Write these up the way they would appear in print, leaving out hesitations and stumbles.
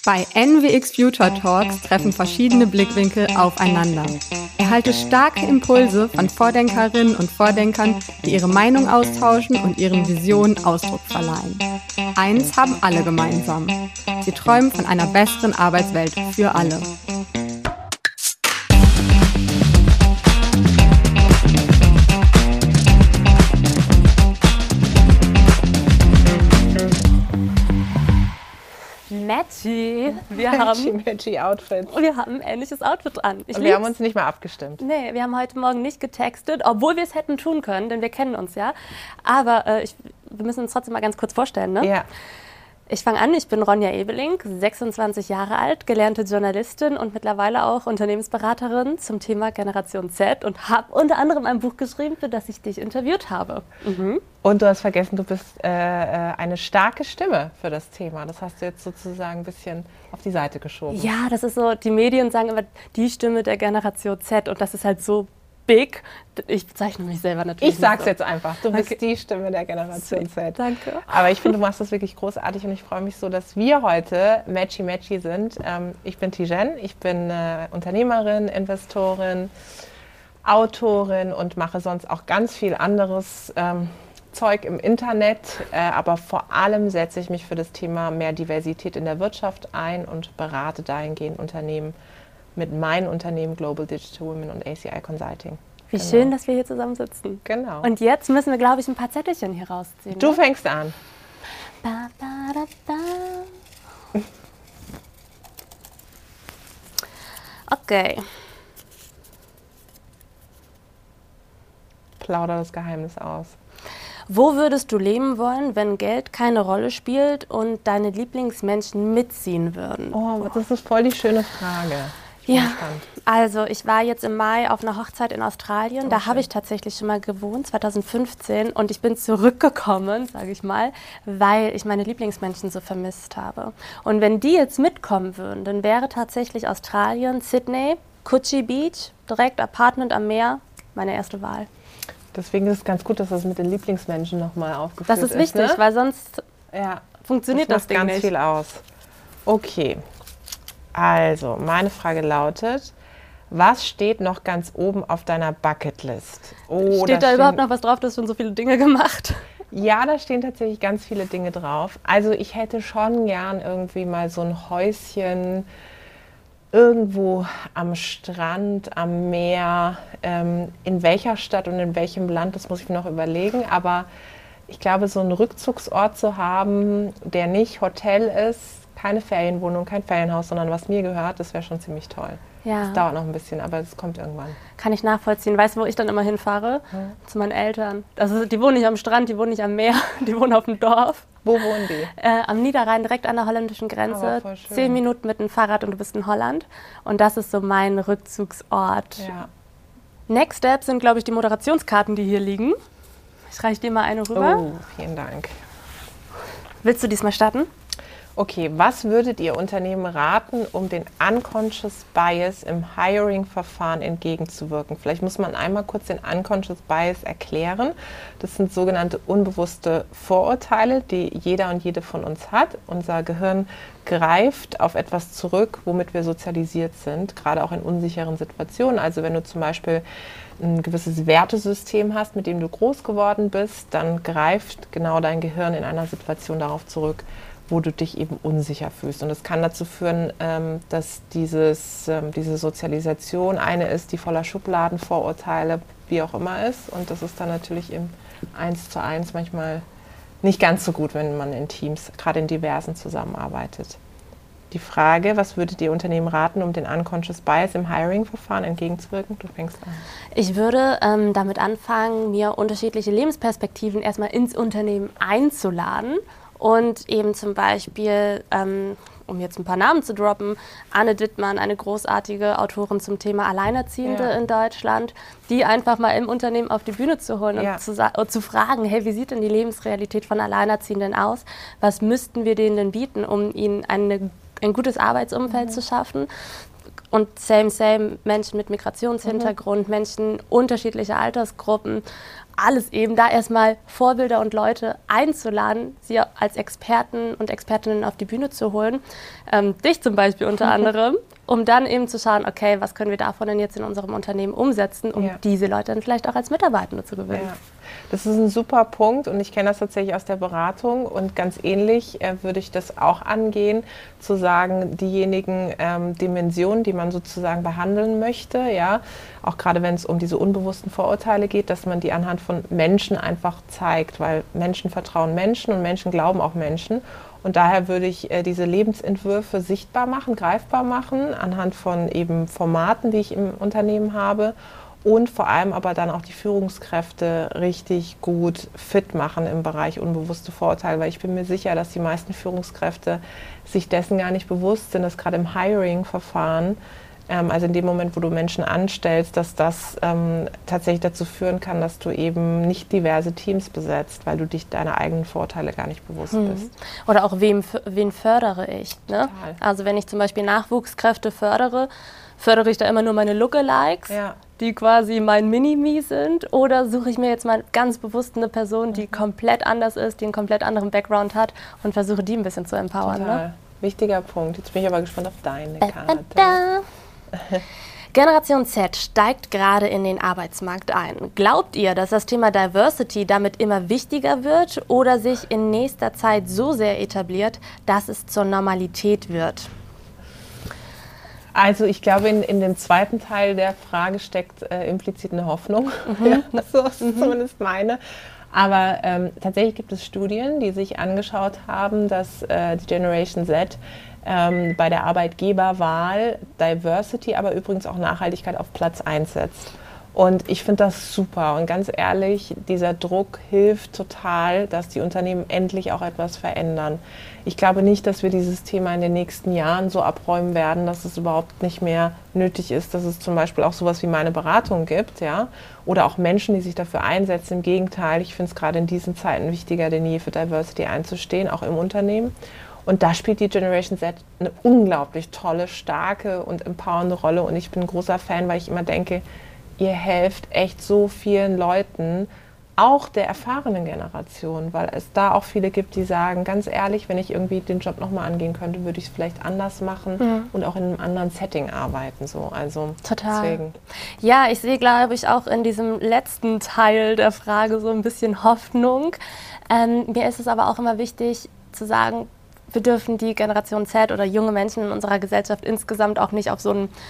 Bei NWX Future Talks treffen verschiedene Blickwinkel aufeinander. Erhalte starke Impulse von Vordenkerinnen und Vordenkern, die ihre Meinung austauschen und ihren Visionen Ausdruck verleihen. Eins haben alle gemeinsam: Sie träumen von einer besseren Arbeitswelt für alle. Matchy Outfit. Wir haben ein ähnliches Outfit an. Und wir haben uns nicht mal abgestimmt. Nee, wir haben heute Morgen nicht getextet, obwohl wir es hätten tun können, denn wir kennen uns ja. Aber wir müssen uns trotzdem mal ganz kurz vorstellen, ne? Ja. Ich fange an, ich bin Ronja Ebeling, 26 Jahre alt, gelernte Journalistin und mittlerweile auch Unternehmensberaterin zum Thema Generation Z und habe unter anderem ein Buch geschrieben, für das ich dich interviewt habe. Mhm. Und du hast vergessen, du bist eine starke Stimme für das Thema. Das hast du jetzt sozusagen ein bisschen auf die Seite geschoben. Ja, das ist so, die Medien sagen immer, die Stimme der Generation Z und das ist halt so big. Ich bezeichne mich selber natürlich. Ich sag's so. jetzt einfach. Du bist die Stimme der Generation Z. Danke. Aber ich finde, du machst das wirklich großartig und ich freue mich so, dass wir heute Matchy sind. Ich bin Tijen, ich bin Unternehmerin, Investorin, Autorin und mache sonst auch ganz viel anderes Zeug im Internet. Aber vor allem setze ich mich für das Thema mehr Diversität in der Wirtschaft ein und berate dahingehend Unternehmen mit meinen Unternehmen Global Digital Women und ACI Consulting. Wie schön, dass wir hier zusammen sitzen. Genau. Und jetzt müssen wir, glaube ich, ein paar Zettelchen hier rausziehen. Du fängst an. Ba, ba, da, da. Okay. Plauder das Geheimnis aus. Wo würdest du leben wollen, wenn Geld keine Rolle spielt und deine Lieblingsmenschen mitziehen würden? Oh, das ist voll die schöne Frage. Ja, also ich war jetzt im Mai auf einer Hochzeit in Australien. Oh, da habe ich tatsächlich schon mal gewohnt, 2015. Und ich bin zurückgekommen, sage ich mal, weil ich meine Lieblingsmenschen so vermisst habe. Und wenn die jetzt mitkommen würden, dann wäre tatsächlich Australien, Sydney, Coogee Beach, direkt Apartment am Meer, meine erste Wahl. Deswegen ist es ganz gut, dass das mit den Lieblingsmenschen nochmal aufgeführt ist. Das ist wichtig, ne? weil sonst ja, funktioniert das Ding ganz nicht. Viel aus. Okay, also meine Frage lautet, was steht noch ganz oben auf deiner Bucketlist? Oh, steht da überhaupt noch was drauf? Du hast schon so viele Dinge gemacht. Ja, da stehen tatsächlich ganz viele Dinge drauf. Also ich hätte schon gern irgendwie mal so ein Häuschen irgendwo am Strand, am Meer, in welcher Stadt und in welchem Land, das muss ich mir noch überlegen. Aber ich glaube, so einen Rückzugsort zu haben, der nicht Hotel ist, keine Ferienwohnung, kein Ferienhaus, sondern was mir gehört, das wäre schon ziemlich toll. Ja. Das dauert noch ein bisschen, aber es kommt irgendwann. Kann ich nachvollziehen. Weißt du, wo ich dann immer hinfahre? Zu meinen Eltern. Also, die wohnen nicht am Strand, die wohnen nicht am Meer, die wohnen auf dem Dorf. Wo wohnen die? Am Niederrhein, direkt an der holländischen Grenze. Voll schön. 10 Minuten mit dem Fahrrad und du bist in Holland. Und das ist so mein Rückzugsort. Ja. Next Step sind, glaube ich, die Moderationskarten, die hier liegen. Ich reiche dir mal eine rüber. Oh, vielen Dank. Willst du diesmal starten? Okay, was würdet ihr Unternehmen raten, um den Unconscious Bias im Hiring-Verfahren entgegenzuwirken? Vielleicht muss man einmal kurz den Unconscious Bias erklären. Das sind sogenannte unbewusste Vorurteile, die jeder und jede von uns hat. Unser Gehirn greift auf etwas zurück, womit wir sozialisiert sind, gerade auch in unsicheren Situationen. Also wenn du zum Beispiel ein gewisses Wertesystem hast, mit dem du groß geworden bist, dann greift genau dein Gehirn in einer Situation darauf zurück, wo du dich eben unsicher fühlst. Und das kann dazu führen, dass diese Sozialisation eine ist, die voller Schubladen, Vorurteile, wie auch immer ist. Und das ist dann natürlich im 1:1 manchmal nicht ganz so gut, wenn man in Teams, gerade in diversen, zusammenarbeitet. Die Frage, was würdet ihr Unternehmen raten, um den Unconscious Bias im Hiring-Verfahren entgegenzuwirken? Du fängst an. Ich würde damit anfangen, mir unterschiedliche Lebensperspektiven erstmal ins Unternehmen einzuladen. Und eben zum Beispiel, um jetzt ein paar Namen zu droppen, Anne Dittmann, eine großartige Autorin zum Thema Alleinerziehende in Deutschland, die einfach mal im Unternehmen auf die Bühne zu holen und zu fragen, hey, wie sieht denn die Lebensrealität von Alleinerziehenden aus? Was müssten wir denen denn bieten, um ihnen ein gutes Arbeitsumfeld zu schaffen? und same, Menschen mit Migrationshintergrund, Menschen unterschiedlicher Altersgruppen, alles eben, da erstmal Vorbilder und Leute einzuladen, sie als Experten und Expertinnen auf die Bühne zu holen, dich zum Beispiel unter anderem, um dann eben zu schauen, okay, was können wir davon denn jetzt in unserem Unternehmen umsetzen, um diese Leute dann vielleicht auch als Mitarbeitende zu gewinnen. Ja. Das ist ein super Punkt und ich kenne das tatsächlich aus der Beratung und ganz ähnlich würde ich das auch angehen, zu sagen, diejenigen Dimensionen, die man sozusagen behandeln möchte, ja, auch gerade wenn es um diese unbewussten Vorurteile geht, dass man die anhand von Menschen einfach zeigt, weil Menschen vertrauen Menschen und Menschen glauben auch Menschen. Und daher würde ich diese Lebensentwürfe sichtbar machen, greifbar machen, anhand von eben Formaten, die ich im Unternehmen habe. Und vor allem aber dann auch die Führungskräfte richtig gut fit machen im Bereich unbewusste Vorurteile, weil ich bin mir sicher, dass die meisten Führungskräfte sich dessen gar nicht bewusst sind, dass gerade im Hiring-Verfahren, also in dem Moment, wo du Menschen anstellst, dass das tatsächlich dazu führen kann, dass du eben nicht diverse Teams besetzt, weil du dich deiner eigenen Vorteile gar nicht bewusst bist. Oder auch wen fördere ich? Ne? Also wenn ich zum Beispiel Nachwuchskräfte fördere ich da immer nur meine Lookalikes, die quasi mein Mini-Me sind, oder suche ich mir jetzt mal ganz bewusst eine Person, die komplett anders ist, die einen komplett anderen Background hat und versuche die ein bisschen zu empowern. Ne? Wichtiger Punkt. Jetzt bin ich aber gespannt auf deine Karte. Generation Z steigt gerade in den Arbeitsmarkt ein. Glaubt ihr, dass das Thema Diversity damit immer wichtiger wird oder sich in nächster Zeit so sehr etabliert, dass es zur Normalität wird? Also ich glaube, in dem zweiten Teil der Frage steckt implizit eine Hoffnung. So ist zumindest meine. Aber tatsächlich gibt es Studien, die sich angeschaut haben, dass die Generation Z bei der Arbeitgeberwahl Diversity, aber übrigens auch Nachhaltigkeit auf Platz 1 setzt. Und ich finde das super. Und ganz ehrlich, dieser Druck hilft total, dass die Unternehmen endlich auch etwas verändern. Ich glaube nicht, dass wir dieses Thema in den nächsten Jahren so abräumen werden, dass es überhaupt nicht mehr nötig ist, dass es zum Beispiel auch sowas wie meine Beratung gibt, ja, oder auch Menschen, die sich dafür einsetzen. Im Gegenteil, ich finde es gerade in diesen Zeiten wichtiger denn je, für Diversity einzustehen, auch im Unternehmen. Und da spielt die Generation Z eine unglaublich tolle, starke und empowernde Rolle. Und ich bin ein großer Fan, weil ich immer denke, ihr helft echt so vielen Leuten, auch der erfahrenen Generation, weil es da auch viele gibt, die sagen, ganz ehrlich, wenn ich irgendwie den Job nochmal angehen könnte, würde ich es vielleicht anders machen und auch in einem anderen Setting arbeiten. So. Also total. Deswegen. Ja, ich sehe, glaube ich, auch in diesem letzten Teil der Frage so ein bisschen Hoffnung. Mir ist es aber auch immer wichtig zu sagen, wir dürfen die Generation Z oder junge Menschen in unserer Gesellschaft insgesamt auch nicht auf so ein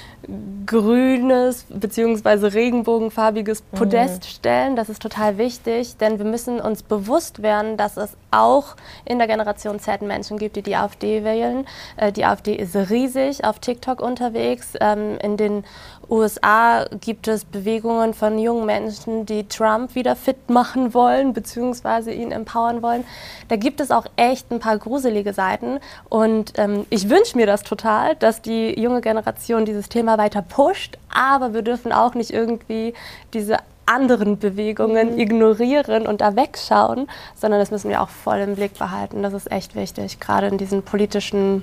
grünes bzw. regenbogenfarbiges Podest stellen. Das ist total wichtig, denn wir müssen uns bewusst werden, dass es auch in der Generation Z Menschen gibt, die die AfD wählen. Die AfD ist riesig auf TikTok unterwegs. In den USA gibt es Bewegungen von jungen Menschen, die Trump wieder fit machen wollen bzw. ihn empowern wollen. Da gibt es auch echt ein paar gruselige Seiten und ich wünsche mir das total, dass die junge Generation dieses Thema weiter pusht, aber wir dürfen auch nicht irgendwie diese anderen Bewegungen ignorieren und da wegschauen, sondern das müssen wir auch voll im Blick behalten. Das ist echt wichtig, gerade in diesen politischen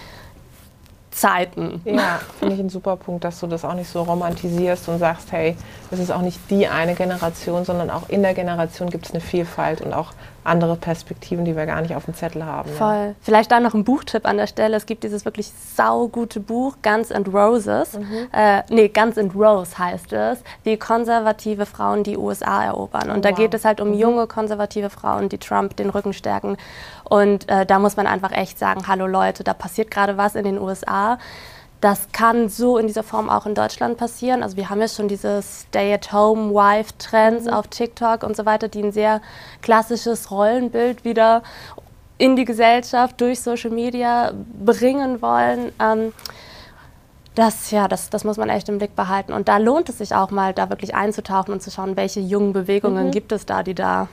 Zeiten. Ja, finde ich ein super Punkt, dass du das auch nicht so romantisierst und sagst, hey, das ist auch nicht die eine Generation, sondern auch in der Generation gibt es eine Vielfalt und auch andere Perspektiven, die wir gar nicht auf dem Zettel haben. Voll. Ja. Vielleicht da noch ein Buchtipp an der Stelle. Es gibt dieses wirklich saugute Buch, Guns and Roses. Guns and Rose heißt es, wie konservative Frauen die USA erobern. Und da geht es halt um junge konservative Frauen, die Trump den Rücken stärken. Und da muss man einfach echt sagen, hallo Leute, da passiert gerade was in den USA. Das kann so in dieser Form auch in Deutschland passieren. Also wir haben ja schon diese Stay-at-home-Wife-Trends auf TikTok und so weiter, die ein sehr klassisches Rollenbild wieder in die Gesellschaft durch Social Media bringen wollen. Das muss man echt im Blick behalten. Und da lohnt es sich auch mal, da wirklich einzutauchen und zu schauen, welche jungen Bewegungen gibt es da, die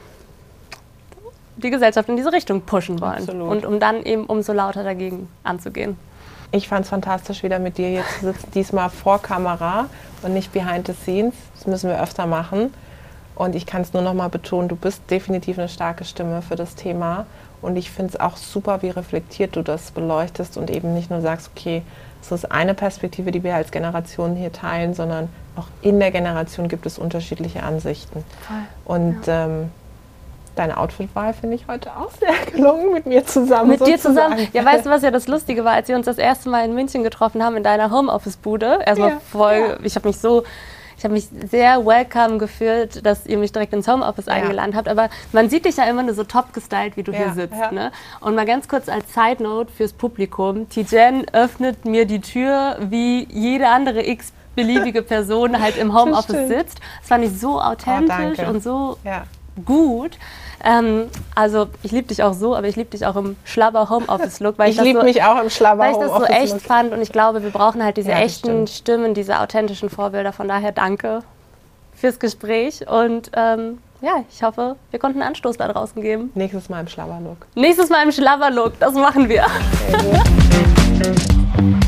die Gesellschaft in diese Richtung pushen wollen. Absolut. Und um dann eben umso lauter dagegen anzugehen. Ich fand es fantastisch, wieder mit dir hier zu sitzen, diesmal vor Kamera und nicht behind the scenes. Das müssen wir öfter machen. Und ich kann es nur noch mal betonen, du bist definitiv eine starke Stimme für das Thema. Und ich finde es auch super, wie reflektiert du das beleuchtest und eben nicht nur sagst, okay, es ist eine Perspektive, die wir als Generation hier teilen, sondern auch in der Generation gibt es unterschiedliche Ansichten. Voll. Und deine Outfitwahl finde ich heute auch sehr gelungen, mit mir zusammen. Mit dir zusammen? Ja, weißt du, was ja das Lustige war, als wir uns das erste Mal in München getroffen haben, in deiner Homeoffice-Bude? Erstmal ich habe mich sehr welcome gefühlt, dass ihr mich direkt ins Homeoffice eingeladen habt. Aber man sieht dich ja immer nur so top gestylt, wie du hier sitzt. Ja. Ne? Und mal ganz kurz als Side-Note fürs Publikum. Tijen öffnet mir die Tür, wie jede andere x-beliebige Person halt im Homeoffice sitzt. Das fand ich so authentisch und so gut. Also ich liebe dich auch so, aber ich liebe dich auch im Schlabber-Homeoffice-Look. Ich liebe mich auch im Schlabber-Homeoffice-Look. Weil ich das so echt fand und ich glaube, wir brauchen halt diese echten Stimmen, diese authentischen Vorbilder. Von daher danke fürs Gespräch und ich hoffe, wir konnten einen Anstoß da draußen geben. Nächstes Mal im Schlabber-Look. Nächstes Mal im Schlabber-Look, das machen wir. Sehr gut.